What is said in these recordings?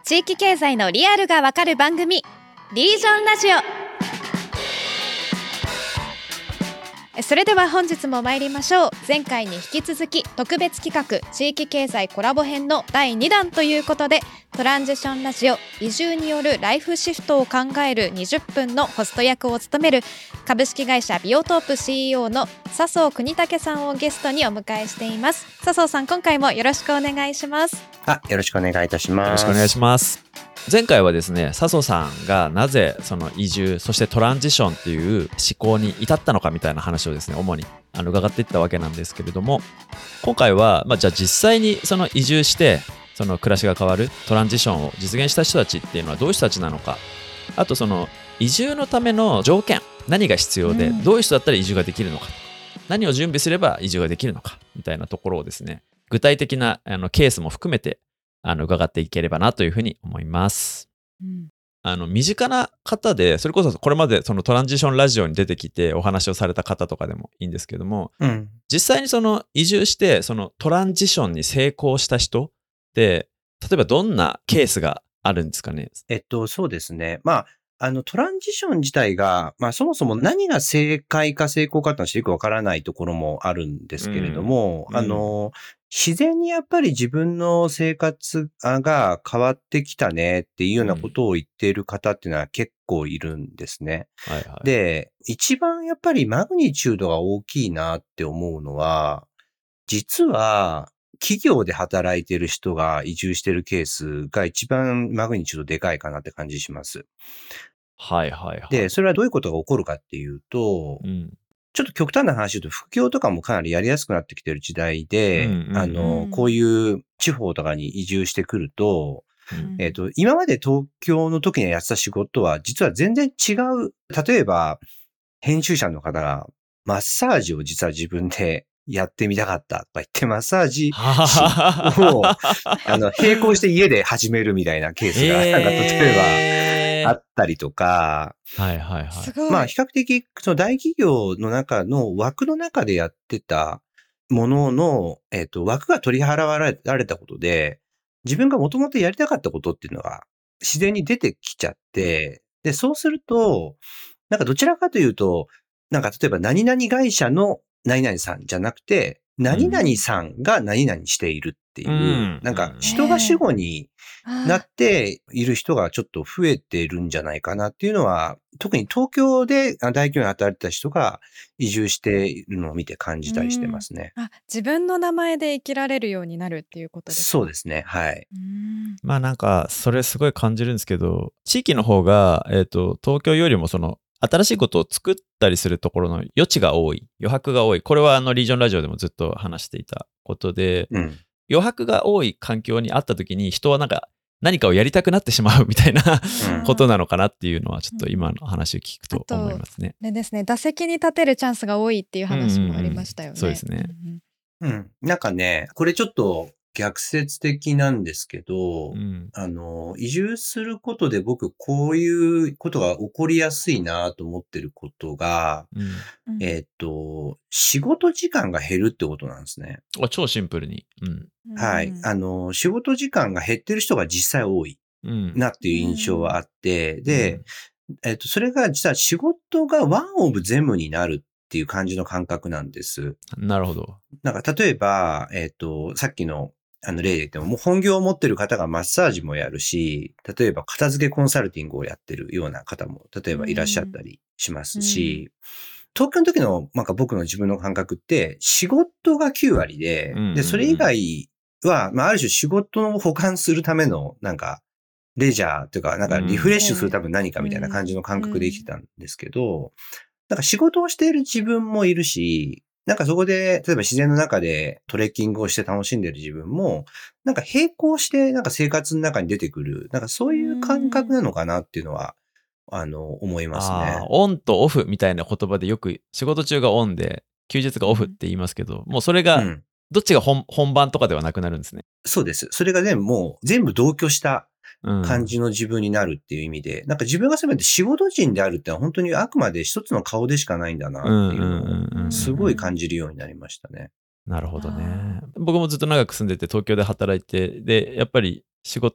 地域経済のリアルがわかる番組、リージョンラジオ。それでは本日も参りましょう。前回に引き続き特別企画地域経済コラボ編の第2弾ということで、トランジションラジオ移住によるライフシフトを考える20分のホスト役を務める株式会社ビオトープ CEO の笹生邦武さんをゲストにお迎えしています。笹生さん、今回もよろしくお願いします。 よろしくお願いいたします。 よろしくお願いします。前回はですね、笹生さんがなぜその移住、そしてトランジションっていう思考に至ったのかみたいな話をですね、主に伺っていったわけなんですけれども、今回は、じゃあ実際にその移住してその暮らしが変わるトランジションを実現した人たちっていうのはどういう人たちなのか、あとその移住のための条件、何が必要で、どういう人だったら移住ができるのか、何を準備すれば移住ができるのかみたいなところをですね、具体的なケースも含めて伺っていければなというふうに思います。身近な方で、それこそこれまでそのトランジションラジオに出てきてお話をされた方とかでもいいんですけども、実際にその移住してそのトランジションに成功した人って例えばどんなケースがあるんですかね。 そうですね。トランジション自体が、そもそも何が正解か成功かってのはよくわからないところもあるんですけれども、自然にやっぱり自分の生活が変わってきたねっていうようなことを言っている方っていうのは結構いるんですね。で、一番やっぱりマグニチュードが大きいなって思うのは、実は企業で働いている人が移住しているケースが一番マグニチュードでかいかなって感じします。で、それはどういうことが起こるかっていうと、ちょっと極端な話言うと、副業とかもかなりやりやすくなってきてる時代で、こういう地方とかに移住してくると、今まで東京の時にやってた仕事は実は全然違う。例えば、編集者の方がマッサージを実は自分でやってみたかったとか言って、マッサージ師を並行して家で始めるみたいなケースが、例えばあったりとか、比較的その大企業の中の枠の中でやってたものの、枠が取り払われたことで、自分がもともとやりたかったことっていうのが自然に出てきちゃって、で、そうすると、どちらかというと、例えば何々会社の何々さんじゃなくて、何々さんが何々しているっていう、人が主語になっている人がちょっと増えているんじゃないかなっていうのは、特に東京で大企業に働いてた人が移住しているのを見て感じたりしてますね。 自分の名前で生きられるようになるっていうことですか？ そうですね。はい。 それすごい感じるんですけど、地域の方が、東京よりもその新しいことを作ったりするところの余地が多い、余白が多い。これはリージョンラジオでもずっと話していたことで、余白が多い環境にあった時に人は何かをやりたくなってしまうみたいなことなのかなっていうのはちょっと今の話を聞くと思いますね。 あれですね、打席に立てるチャンスが多いっていう話もありましたよね。 そうですね。 これちょっと逆説的なんですけど、移住することで僕こういうことが起こりやすいなと思ってることが、仕事時間が減るってことなんですね。 超シンプルに。 仕事時間が減ってる人が実際多いなっていう印象はあって、で、それが実は仕事がワンオブゼムになるっていう感じの感覚なんです。 なるほど。 例えば、さっきの例で言っても、もう本業を持ってる方がマッサージもやるし、例えば片付けコンサルティングをやってるような方も、例えばいらっしゃったりしますし、東京の時の僕の自分の感覚って、仕事が9割で、それ以外は、ある種仕事を補完するための、レジャーというか、リフレッシュするための何かみたいな感じの感覚で生きてたんですけど、仕事をしている自分もいるし、そこで、例えば自然の中でトレッキングをして楽しんでる自分も、並行して生活の中に出てくる、そういう感覚なのかなっていうのは、思いますね。 オンとオフみたいな言葉でよく仕事中がオンで、休日がオフって言いますけど、もうそれが、どっちが本番とかではなくなるんですね。 そうです。それがね、もう全部同居した感じの自分になるっていう意味で、自分がせめて仕事人であるってのは本当にあくまで一つの顔でしかないんだなっていうのをすごい感じるようになりましたね。 なるほどね。僕もずっと長く住んでて東京で働いて、でやっぱり仕事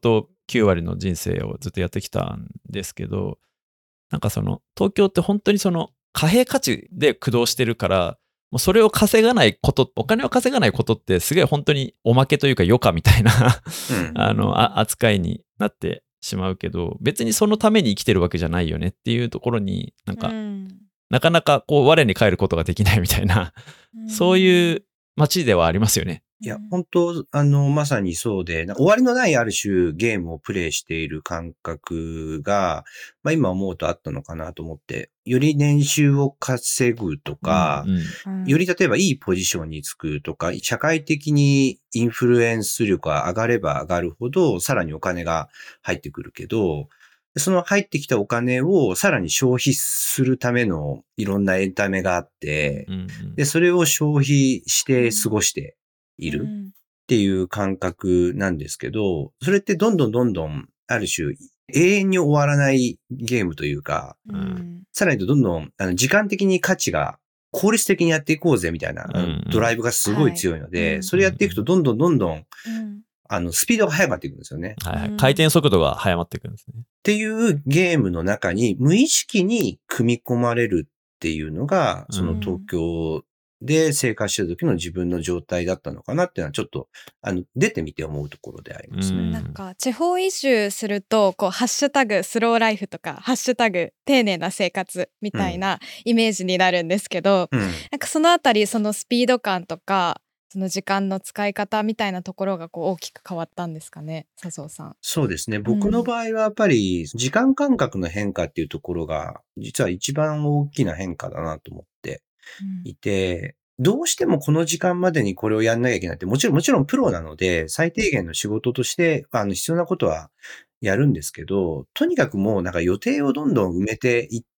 9割の人生をずっとやってきたんですけど、なんかその東京って本当にその貨幣価値で駆動してるから、もうそれを稼がないこと、お金を稼がないことってすげえ本当におまけというか余暇みたいな扱いになってしまうけど、別にそのために生きてるわけじゃないよねっていうところになんか、なかなかこう我に返ることができないみたいな、そういう街ではありますよね。 いや、本当まさにそうで、終わりのないある種ゲームをプレイしている感覚が、今思うとあったのかなと思って、より年収を稼ぐとか、より例えばいいポジションにつくとか、社会的にインフルエンス力が上がれば上がるほど、さらにお金が入ってくるけど、その入ってきたお金をさらに消費するためのいろんなエンタメがあって、で、それを消費して過ごしているっていう感覚なんですけど、それってどんどん、ある種、永遠に終わらないゲームというか、さらにどんどん、時間的に価値が効率的にやっていこうぜみたいな、ドライブがすごい強いので、それやっていくとどんどん、スピードが速まっていくんですよね。 回転速度が速まっていくんですね。 っていうゲームの中に無意識に組み込まれるっていうのが、その東京で生活してる時の自分の状態だったのかなっていうのはちょっと、出てみて思うところでありますね。 なんか地方移住すると、こう、ハッシュタグスローライフとか、ハッシュタグ丁寧な生活みたいなイメージになるんですけど、なんかそのあたり、そのスピード感とか、その時間の使い方みたいなところがこう大きく変わったんですかね、笹生さん。 そうですね。僕の場合はやっぱり時間感覚の変化っていうところが実は一番大きな変化だなと思っていて、どうしてもこの時間までにこれをやんなきゃいけないって、もちろんプロなので最低限の仕事として必要なことはやるんですけど、とにかくもうなんか予定をどんどん埋めていって、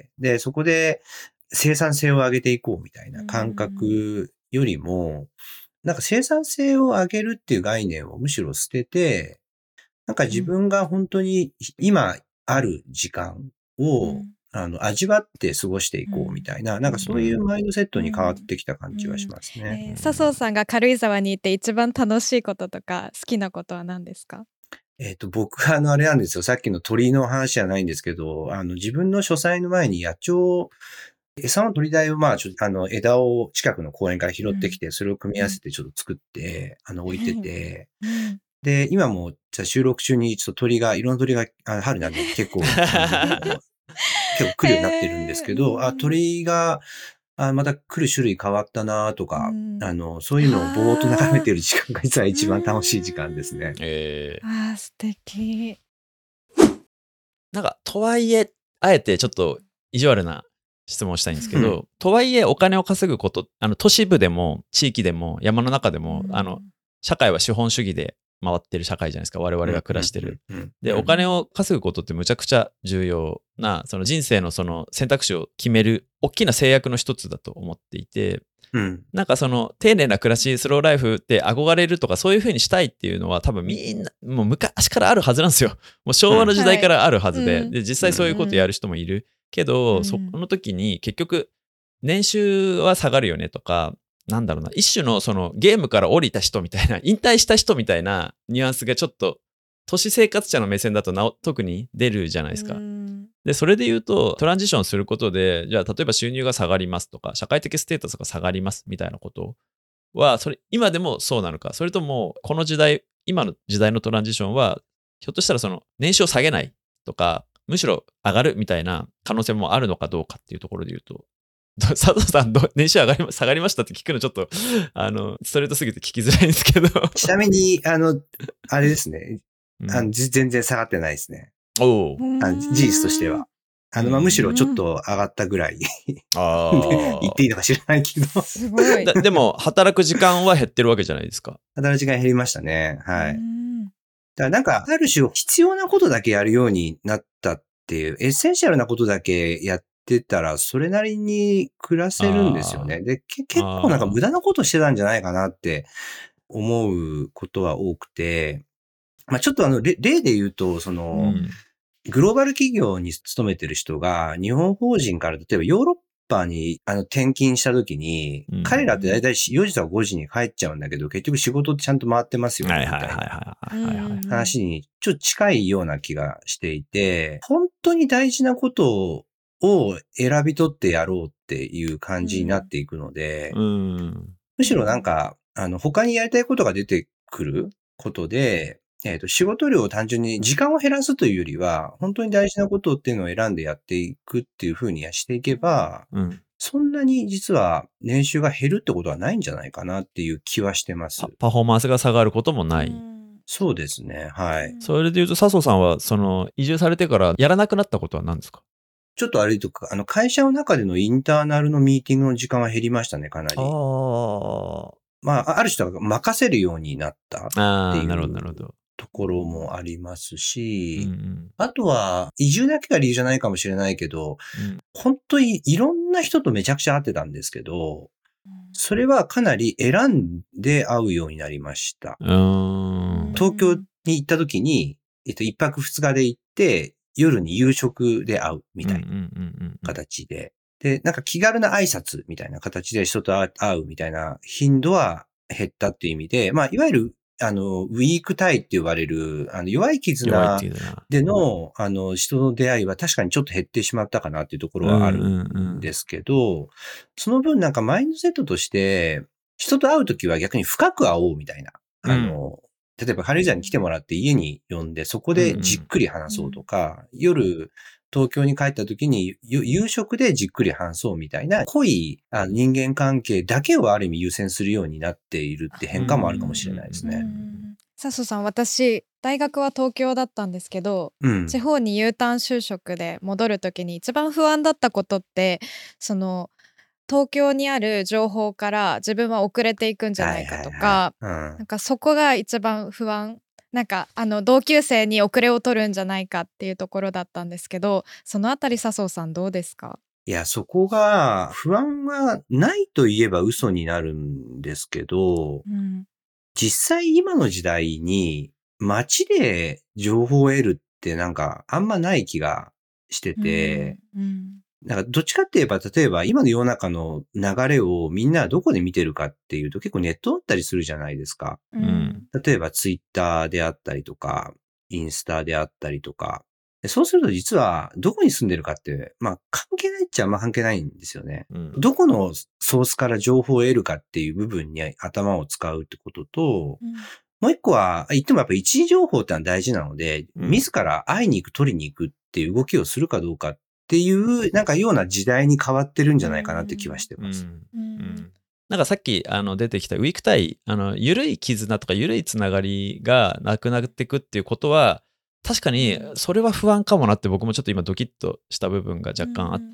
で、そこで生産性を上げていこうみたいな感覚よりも、なんか生産性を上げるっていう概念をむしろ捨てて、なんか自分が本当に今ある時間を、味わって過ごしていこうみたいな、なんかそういうマインドセットに変わってきた感じはしますね。 笹生さんが軽井沢にいて一番楽しいこととか好きなことは何ですか？ 僕はあれなんですよ。さっきの鳥の話じゃないんですけど、自分の書斎の前に野鳥、餌の取り台を枝を近くの公園から拾ってきて、それを組み合わせてちょっと作って、置いてて、で、今も、じゃあ収録中にちょっといろんな鳥が、春になるので結構、結構来るようになってるんですけど、鳥が、また来る種類変わったなとか、そういうのをぼーっと眺めてる時間が実は一番楽しい時間ですね。 素敵。 なんか、とはいえ、あえてちょっと意地悪な質問したいんですけど、とはいえお金を稼ぐこと、都市部でも地域でも山の中でも、社会は資本主義で回ってる社会じゃないですか、我々が暮らしてる。で、お金を稼ぐことってむちゃくちゃ重要な、その人生のその選択肢を決める大きな制約の一つだと思っていて、なんかその丁寧な暮らし、スローライフって憧れるとかそういう風にしたいっていうのは多分みんなもう昔からあるはずなんですよ。もう昭和の時代からあるはずで、で実際そういうことやる人もいるけど、そこの時に結局年収は下がるよねとか、なんだろうな、一種のそのゲームから降りた人みたいな、引退した人みたいなニュアンスがちょっと都市生活者の目線だと特に出るじゃないですか。で、それで言うとトランジションすることで、じゃあ例えば収入が下がりますとか、社会的ステータスが下がりますみたいなことは、それ今でもそうなのか、それともこの時代、今の時代のトランジションは、ひょっとしたらその年収を下げないとか、むしろ上がるみたいな可能性もあるのかどうかっていうところで言うと、佐藤さん、年収下がりましたって聞くのちょっと、ストレートすぎて聞きづらいんですけど。 ちなみに、あれですね。全然下がってないですね。 事実としては。むしろちょっと上がったぐらい。言っていいのか知らないけど。 すごい。 でも、働く時間は減ってるわけじゃないですか。 働く時間減りましたね。はい。だからなんか、ある種必要なことだけやるようになったっていう、エッセンシャルなことだけやってたら、それなりに暮らせるんですよね。で、結構なんか無駄なことしてたんじゃないかなって思うことは多くて、ちょっと例で言うと、グローバル企業に勤めてる人が、日本法人から例えばヨーロッパーに転勤した時に、 うん彼らって大体4時とか5時に帰っちゃうんだけど、結局仕事ってちゃんと回ってますよね、みたいな話にちょっと近いような気がしていて、本当に大事なことを選び取ってやろうっていう感じになっていくので、むしろなんか、他にやりたいことが出てくることで、仕事量を単純に時間を減らすというよりは、本当に大事なことっていうのを選んでやっていくっていう風にしていけば、そんなに実は年収が減るってことはないんじゃないかなっていう気はしてます。 パフォーマンスが下がることもない。 そうですね。はい。 それで言うと、笹生さんは、移住されてからやらなくなったことは何ですか？ ちょっと悪いとか、会社の中でのインターナルのミーティングの時間は減りましたね、かなり。まあ、ある人は任せるようになったっていうところもありますし、あとは、移住だけが理由じゃないかもしれないけど、本当にいろんな人とめちゃくちゃ会ってたんですけど、それはかなり選んで会うようになりました。東京に行った時に、一泊二日で行って、夜に夕食で会うみたいな形で。で、なんか気軽な挨拶みたいな形で人と会うみたいな頻度は減ったっていう意味で、まあ、いわゆる、ウィークタイって呼ばれる、弱い絆での、人の出会いは確かにちょっと減ってしまったかなっていうところはあるんですけど、その分なんかマインドセットとして、人と会うときは逆に深く会おうみたいな、例えば軽井沢に来てもらって家に呼んで、そこでじっくり話そうとか、夜、東京に帰った時に夕食でじっくり話そうみたいな濃い人間関係だけをある意味優先するようになっているって変化もあるかもしれないですね。 笹生さん、私大学は東京だったんですけど、地方に U ターン就職で戻る時に一番不安だったことって、東京にある情報から自分は遅れていくんじゃないかとか、なんかそこが一番不安。なんか同級生に遅れを取るんじゃないかっていうところだったんですけど、そのあたり笹生さんどうですか？ いや、そこが不安はないと言えば嘘になるんですけど、実際今の時代に街で情報を得るってなんかあんまない気がしてて、なんかどっちかって言えば、例えば今の世の中の流れをみんなどこで見てるかっていうと結構ネットだったりするじゃないですか。例えばツイッターであったりとか、インスタであったりとか。そうすると実はどこに住んでるかって、まあ関係ないっちゃあんま関係ないんですよね。どこのソースから情報を得るかっていう部分に頭を使うってことと、もう一個は、言ってもやっぱ一時情報ってのは大事なので、自ら会いに行く、取りに行くっていう動きをするかどうかっていう、なんかような時代に変わってるんじゃないかなって気はしてます。 なんかさっき出てきたウィークタイ、緩い絆とか緩いつながりがなくなっていくっていうことは、確かにそれは不安かもなって僕もちょっと今ドキッとした部分が若干あって、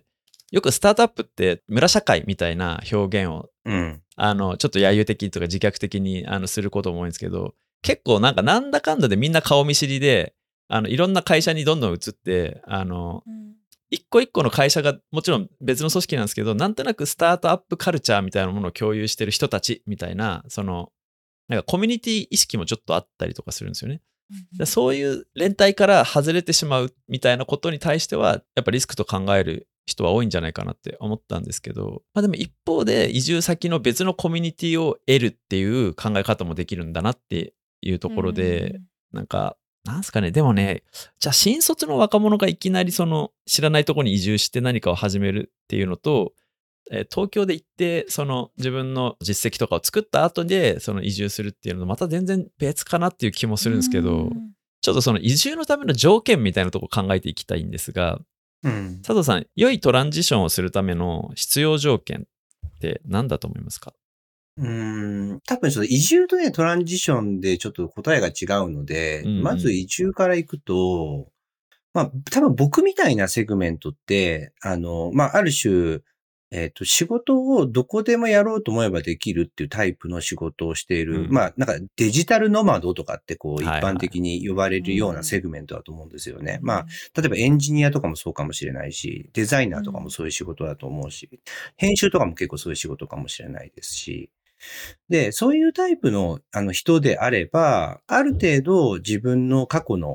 よくスタートアップって村社会みたいな表現を、ちょっと揶揄的とか自虐的にすることも多いんですけど、結構なんだかんだでみんな顔見知りで、いろんな会社にどんどん移って、一個一個の会社がもちろん別の組織なんですけど、なんとなくスタートアップカルチャーみたいなものを共有してる人たちみたいな、なんかコミュニティ意識もちょっとあったりとかするんですよね。そういう連帯から外れてしまうみたいなことに対しては、やっぱリスクと考える人は多いんじゃないかなって思ったんですけど、でも一方で移住先の別のコミュニティを得るっていう考え方もできるんだなっていうところで、なんか、なんすかね、でもね、じゃあ新卒の若者がいきなり知らないところに移住して何かを始めるっていうのと、東京で行って自分の実績とかを作った後で移住するっていうのとまた全然別かなっていう気もするんですけど、ちょっと移住のための条件みたいなところを考えていきたいんですが、佐藤さん、良いトランジションをするための必要条件って何だと思いますか？ 多分ちょっと移住とね、トランジションでちょっと答えが違うので、まず移住から行くと、まあ、多分僕みたいなセグメントって、まあ、ある種、仕事をどこでもやろうと思えばできるっていうタイプの仕事をしている、まあ、なんかデジタルノマドとかってこう一般的に呼ばれるようなセグメントだと思うんですよね。まあ、例えばエンジニアとかもそうかもしれないし、デザイナーとかもそういう仕事だと思うし、編集とかも結構そういう仕事かもしれないですし、で、そういうタイプの人であれば、ある程度自分の過去の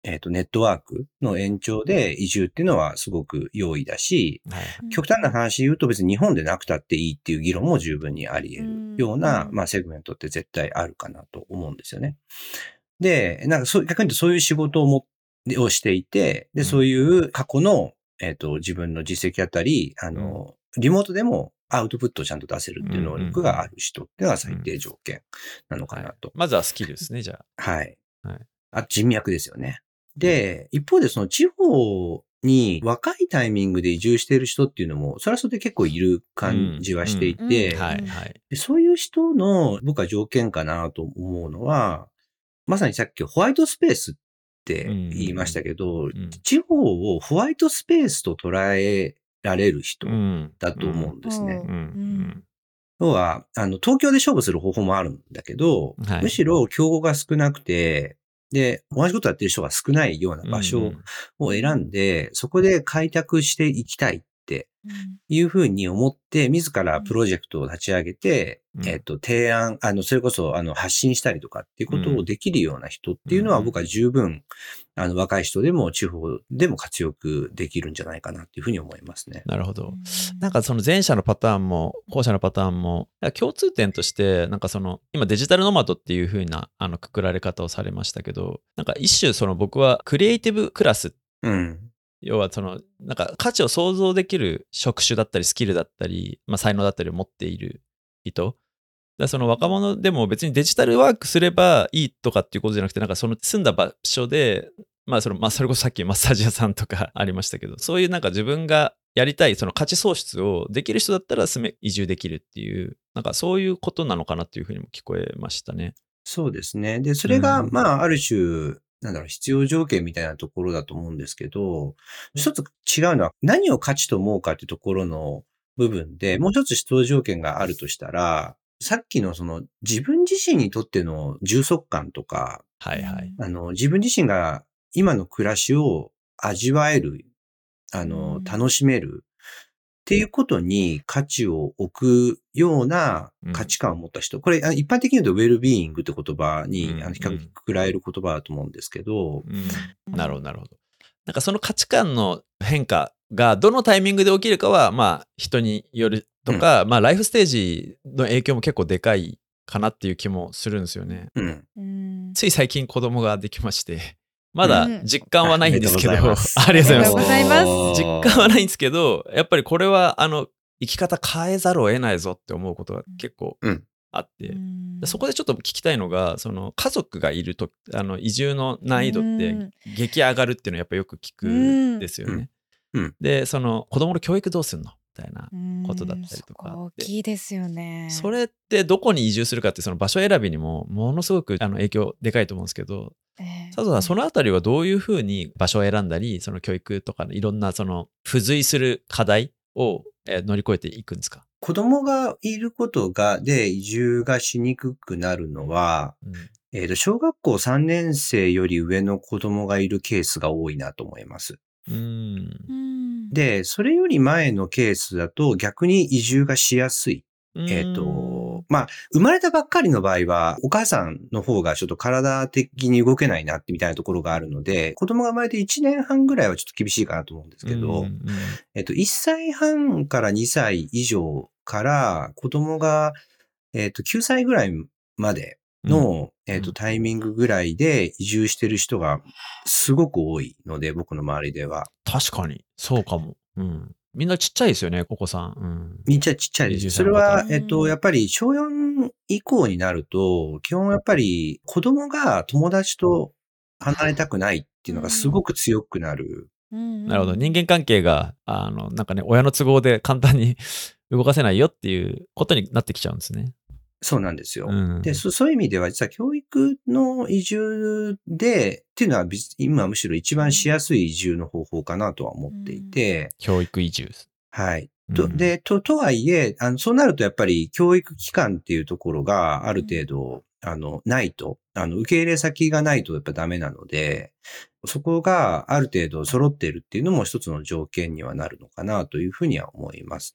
ネットワークの延長で移住っていうのはすごく容易だし、極端な話言うと別に日本でなくたっていいっていう議論も十分にあり得るような、セグメントって絶対あるかなと思うんですよね。で、なんか逆に言うとそういう仕事をしていて、で、そういう過去の、自分の実績あたり、リモートでもアウトプットをちゃんと出せるっていう能力がある人っていうのが最低条件なのかなと。 まずはスキルですね、じゃあ。 はい。人脈ですよね。で、一方でその地方に若いタイミングで移住している人っていうのも、それはそれで結構いる感じはしていて、そういう人の僕は条件かなと思うのは、まさにさっきホワイトスペースって言いましたけど、地方をホワイトスペースと捉えられる人だと思うんですね。要は、東京で勝負する方法もあるんだけど、むしろ競合が少なくて、で、同じことやってる人が少ないような場所を選んで、そこで開拓していきたいっていうふうに思って、自らプロジェクトを立ち上げて、提案、それこそ、発信したりとかっていうことをできるような人っていうのは僕は十分、若い人でも地方でも活躍できるんじゃないかなっていうふうに思いますね。 なるほど。なんかその前者のパターンも後者のパターンも共通点として、なんかその今デジタルノマドっていう風なくくられ方をされましたけど、なんか一種その僕はクリエイティブクラス、要はそのなんか価値を想像できる職種だったりスキルだったり、才能だったりを持っている人。その若者でも別にデジタルワークすればいいとかっていうことじゃなくて、なんかその住んだ場所で、それこそさっきマッサージ屋さんとかありましたけど、そういうなんか自分がやりたいその価値創出をできる人だったら移住できるっていう、なんかそういうことなのかなっていうふうにも聞こえましたね。 そうですね。で、それがある種、必要条件みたいなところだと思うんですけど、一つ違うのは何を価値と思うかっていうところの部分で、もう一つ必要条件があるとしたら、さっきのその自分自身にとっての充足感とか、自分自身が今の暮らしを味わえる、楽しめるっていうことに価値を置くような価値観を持った人。これ、一般的に言うとウェルビーイングって言葉に、比較的くくられる言葉だと思うんですけど。 なるほど、なるほど。なんかその価値観の変化がどのタイミングで起きるかは、人によるとか、ライフステージの影響も結構でかいかなっていう気もするんですよね。つい最近子供ができまして、まだ実感はないんですけど、ありがとうございます。実感はないんですけど、やっぱりこれは生き方変えざるを得ないぞって思うことが結構あって、そこでちょっと聞きたいのが、その家族がいると移住の難易度って激上がるっていうのはやっぱよく聞くんですよね。で、その子供の教育どうすんのみたいなことだったりとか。 大きいですよね。 それってどこに移住するかってその場所選びにもものすごく影響でかいと思うんですけど、佐藤さん、そのあたりはどういうふうに場所を選んだり、その教育とかいろんなその付随する課題を乗り越えていくんですか？ 子供がいることで移住がしにくくなるのは、小学校3年生より上の子供がいるケースが多いなと思います。で、それより前のケースだと逆に移住がしやすい。生まれたばっかりの場合は、お母さんの方がちょっと体的に動けないなってみたいなところがあるので、子供が生まれて1年半ぐらいはちょっと厳しいかなと思うんですけど、1歳半から2歳以上から子供が、9歳ぐらいまでの、タイミングぐらいで移住してる人がすごく多いので、僕の周りでは。 確かに、そうかも。みんなちっちゃいですよね、お子さん。 みんなちっちゃいです。それは、やっぱり小4以降になると、基本やっぱり子供が友達と離れたくないっていうのがすごく強くなる。 なるほど。人間関係が、なんかね、親の都合で簡単に動かせないよっていうことになってきちゃうんですね。 そうなんですよ。で、そういう意味では、実は教育の移住で、っていうのは今むしろ一番しやすい移住の方法かなとは思っていて。 教育移住。 はい。とはいえ、そうなるとやっぱり教育機関っていうところがある程度、ないと、受け入れ先がないとやっぱダメなので、そこがある程度揃っているっていうのも一つの条件にはなるのかなというふうには思いますね。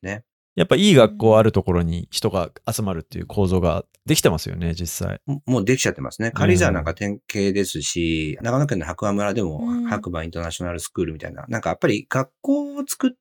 やっぱいい学校あるところに人が集まるっていう構造ができてますよね、実際。 もうできちゃってますね。軽井沢なんか典型ですし、長野県の白馬村でも白馬インターナショナルスクールみたいな、なんかやっぱり学校を作って、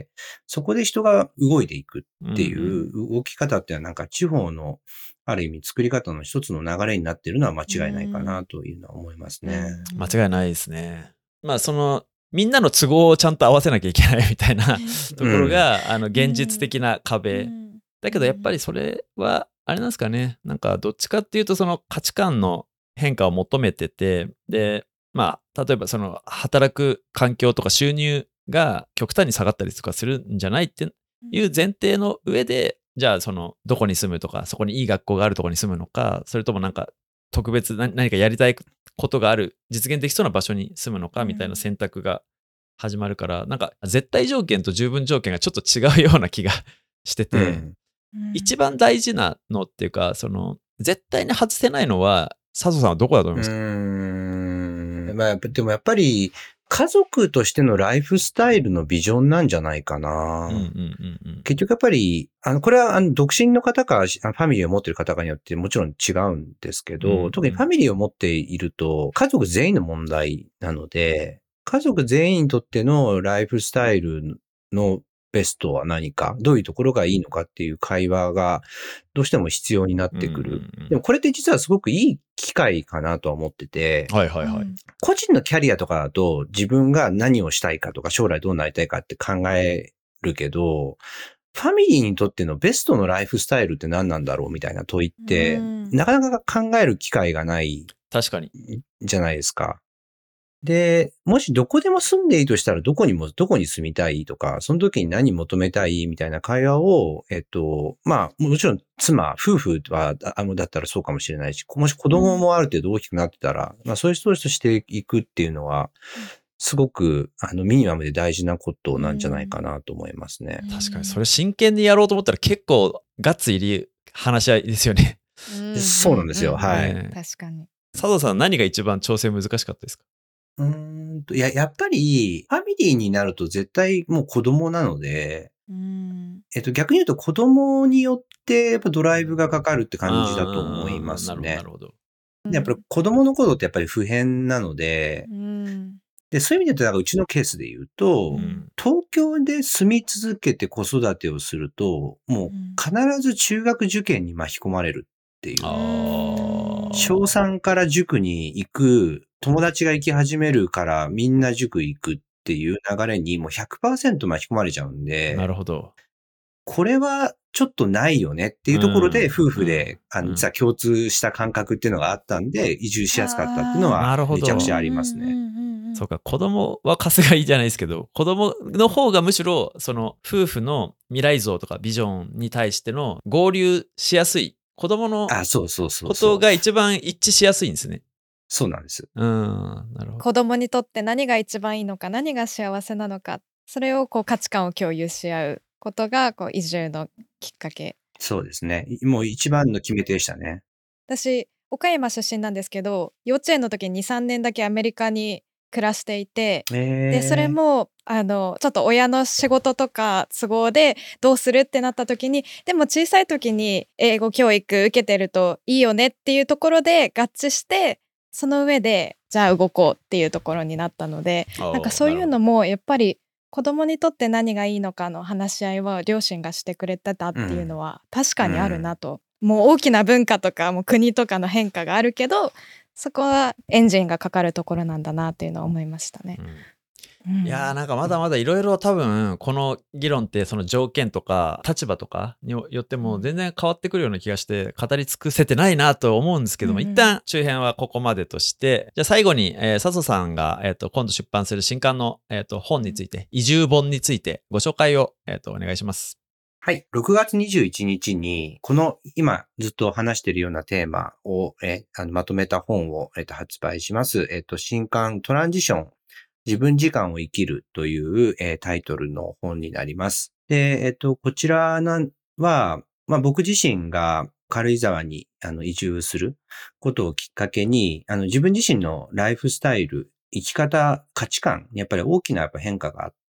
そこで人が動いていくっていう動き方っていうのはなんか地方のある意味作り方の一つの流れになっているのは間違いないかなというのは思いますね。 間違いないですね。まあみんなの都合をちゃんと合わせなきゃいけないみたいなところが、現実的な壁。だけどやっぱりそれは、あれなんですかね。なんかどっちかっていうとその価値観の変化を求めてて、で、まあ、例えば働く環境とか収入が極端に下がったりとかするんじゃないっていう前提の上で、じゃあどこに住むとか、そこにいい学校があるところに住むのか、それともなんか特別何かやりたいことがある、実現できそうな場所に住むのかみたいな選択が始まるから、なんか絶対条件と十分条件がちょっと違うような気がしてて、一番大事なのっていうか、絶対に外せないのは、佐藤さんはどこだと思いますか？ まあ、でもやっぱり、家族としてのライフスタイルのビジョンなんじゃないかな。結局やっぱり、これは独身の方か、ファミリーを持っている方かによってもちろん違うんですけど、特にファミリーを持っていると、家族全員の問題なので、家族全員にとってのライフスタイルのベストは何か、どういうところがいいのかっていう会話がどうしても必要になってくる。でもこれって実はすごくいい機会かなとは思ってて、個人のキャリアとかだと自分が何をしたいかとか将来どうなりたいかって考えるけど、ファミリーにとってのベストのライフスタイルって何なんだろうみたいな問いって、なかなか考える機会がない確かにじゃないですか。で、もしどこでも住んでいいとしたらどこに住みたいとか、その時に何求めたいみたいな会話を、まあ、もちろん夫婦は、だったらそうかもしれないし、もし子供もある程度大きくなってたら、まあそういう人としていくっていうのは、すごく、ミニマムで大事なことなんじゃないかなと思いますね。 確かに、それ真剣にやろうと思ったら結構ガッツ入り話し合いですよね。 そうなんですよ。はい。 確かに。 佐藤さん、何が一番調整難しかったですか？ やっぱり、ファミリーになると絶対もう子供なので、逆に言うと子供によってやっぱドライブがかかるって感じだと思いますね。 なるほど。 やっぱり子供の頃ってやっぱり普遍なので、で、そういう意味で言うと、うちのケースで言うと、東京で住み続けて子育てをすると、もう必ず中学受験に巻き込まれるっていう。小3から塾に行く、友達が行き始めるからみんな塾行くっていう流れにもう 100% 巻き込まれちゃうんで。 なるほど。 これはちょっとないよねっていうところで、夫婦で、実は共通した感覚っていうのがあったんで、移住しやすかったっていうのは、めちゃくちゃありますね。 そうか、子供は稼がいいじゃないですけど、子供の方がむしろ、夫婦の未来像とかビジョンに対しての合流しやすい、子供のことが一番一致しやすいんですね。 そうなんです。 なるほど。 子供にとって何が一番いいのか、何が幸せなのか、それを価値観を共有し合うことが移住のきっかけ。 そうですね。もう一番の決め手でしたね。 私、岡山出身なんですけど、幼稚園の時に2、3年だけアメリカに暮らしていて、でそれもちょっと親の仕事とか都合でどうするってなった時に、でも小さい時に英語教育受けてるといいよねっていうところで合致して、その上でじゃあ動こうっていうところになったので、なんかそういうのもやっぱり子供にとって何がいいのかの話し合いは両親がしてくれてたっていうのは確かにあるなと。もう大きな文化とかもう国とかの変化があるけど、そこはエンジンがかかるところなんだなっていうのは思いましたね。 いやー、なんかまだまだいろいろ多分この議論ってその条件とか立場とかによっても全然変わってくるような気がして語り尽くせてないなと思うんですけども、一旦中編はここまでとして、じゃあ最後に佐藤さんが今度出版する新刊の本について、移住本についてご紹介をお願いします。 はい。6月21日に、この今ずっと話しているようなテーマをまとめた本を発売します。新刊トランジション。自分時間を生きるという、タイトルの本になります。で、こちらは、まあ、僕自身が軽井沢に移住することをきっかけに、自分自身のライフスタイル、生き方、価値観にやっぱり大きな変化があっ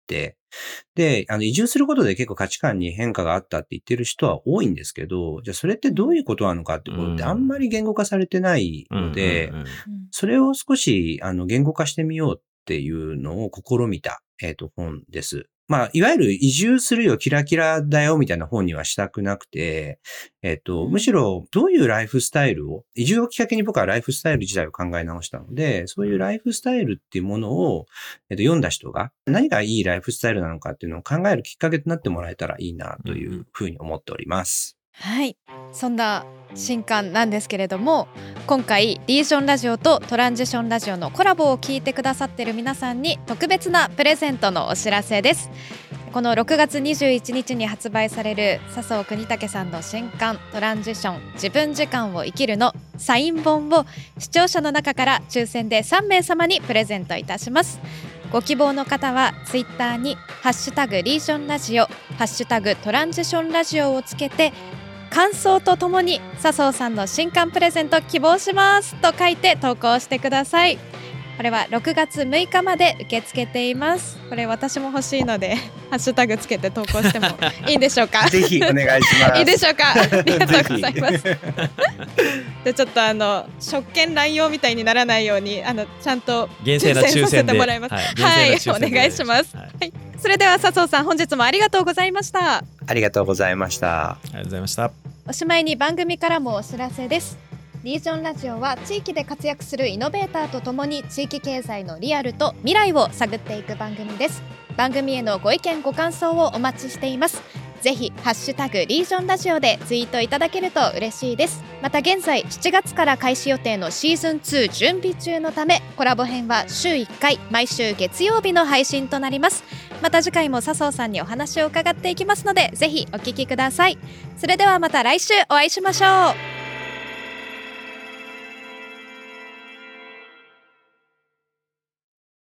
て、で、移住することで結構価値観に変化があったって言ってる人は多いんですけど、じゃあそれってどういうことなのかってことってあんまり言語化されてないので、それを少し言語化してみようっていうのを試みた、本です。まあ、いわゆる移住するよキラキラだよみたいな本にはしたくなくて、むしろどういうライフスタイルを、移住をきっかけに僕はライフスタイル自体を考え直したので、そういうライフスタイルっていうものを、読んだ人が何がいいライフスタイルなのかっていうのを考えるきっかけとなってもらえたらいいなというふうに思っております。 はい、そんな新刊なんですけれども、今回リージョンラジオとトランジションラジオのコラボを聞いてくださっている皆さんに特別なプレゼントのお知らせです。この6月21日に発売される笹生邦武さんの新刊トランジション自分時間を生きるのサイン本を視聴者の中から抽選で3名様にプレゼントいたします。ご希望の方はツイッターにハッシュタグリージョンラジオ、ハッシュタグトランジションラジオをつけて、感想とともに笹生さんの新刊プレゼント希望しますと書いて投稿してください。これは6月6日まで受け付けています。これ私も欲しいのでハッシュタグつけて投稿してもいいんでしょうかぜひお願いします。 いいでしょうか。ありがとうございますでちょっと職権乱用みたいにならないようにちゃんと厳正な抽選でもらいます。はい、お願いします。はい、それでは笹生さん、本日もありがとうございました。 ありがとうございました。 ありがとうございました。 おしまいに番組からもお知らせです。リージョンラジオは地域で活躍するイノベーターとともに地域経済のリアルと未来を探っていく番組です。番組へのご意見ご感想をお待ちしています。ぜひハッシュタグリージョンラジオでツイートいただけると嬉しいです。また現在7月から開始予定のシーズン2準備中のため、コラボ編は週1回毎週月曜日の配信となります。また次回も笹生さんにお話を伺っていきますので、ぜひお聞きください。それではまた来週お会いしましょう。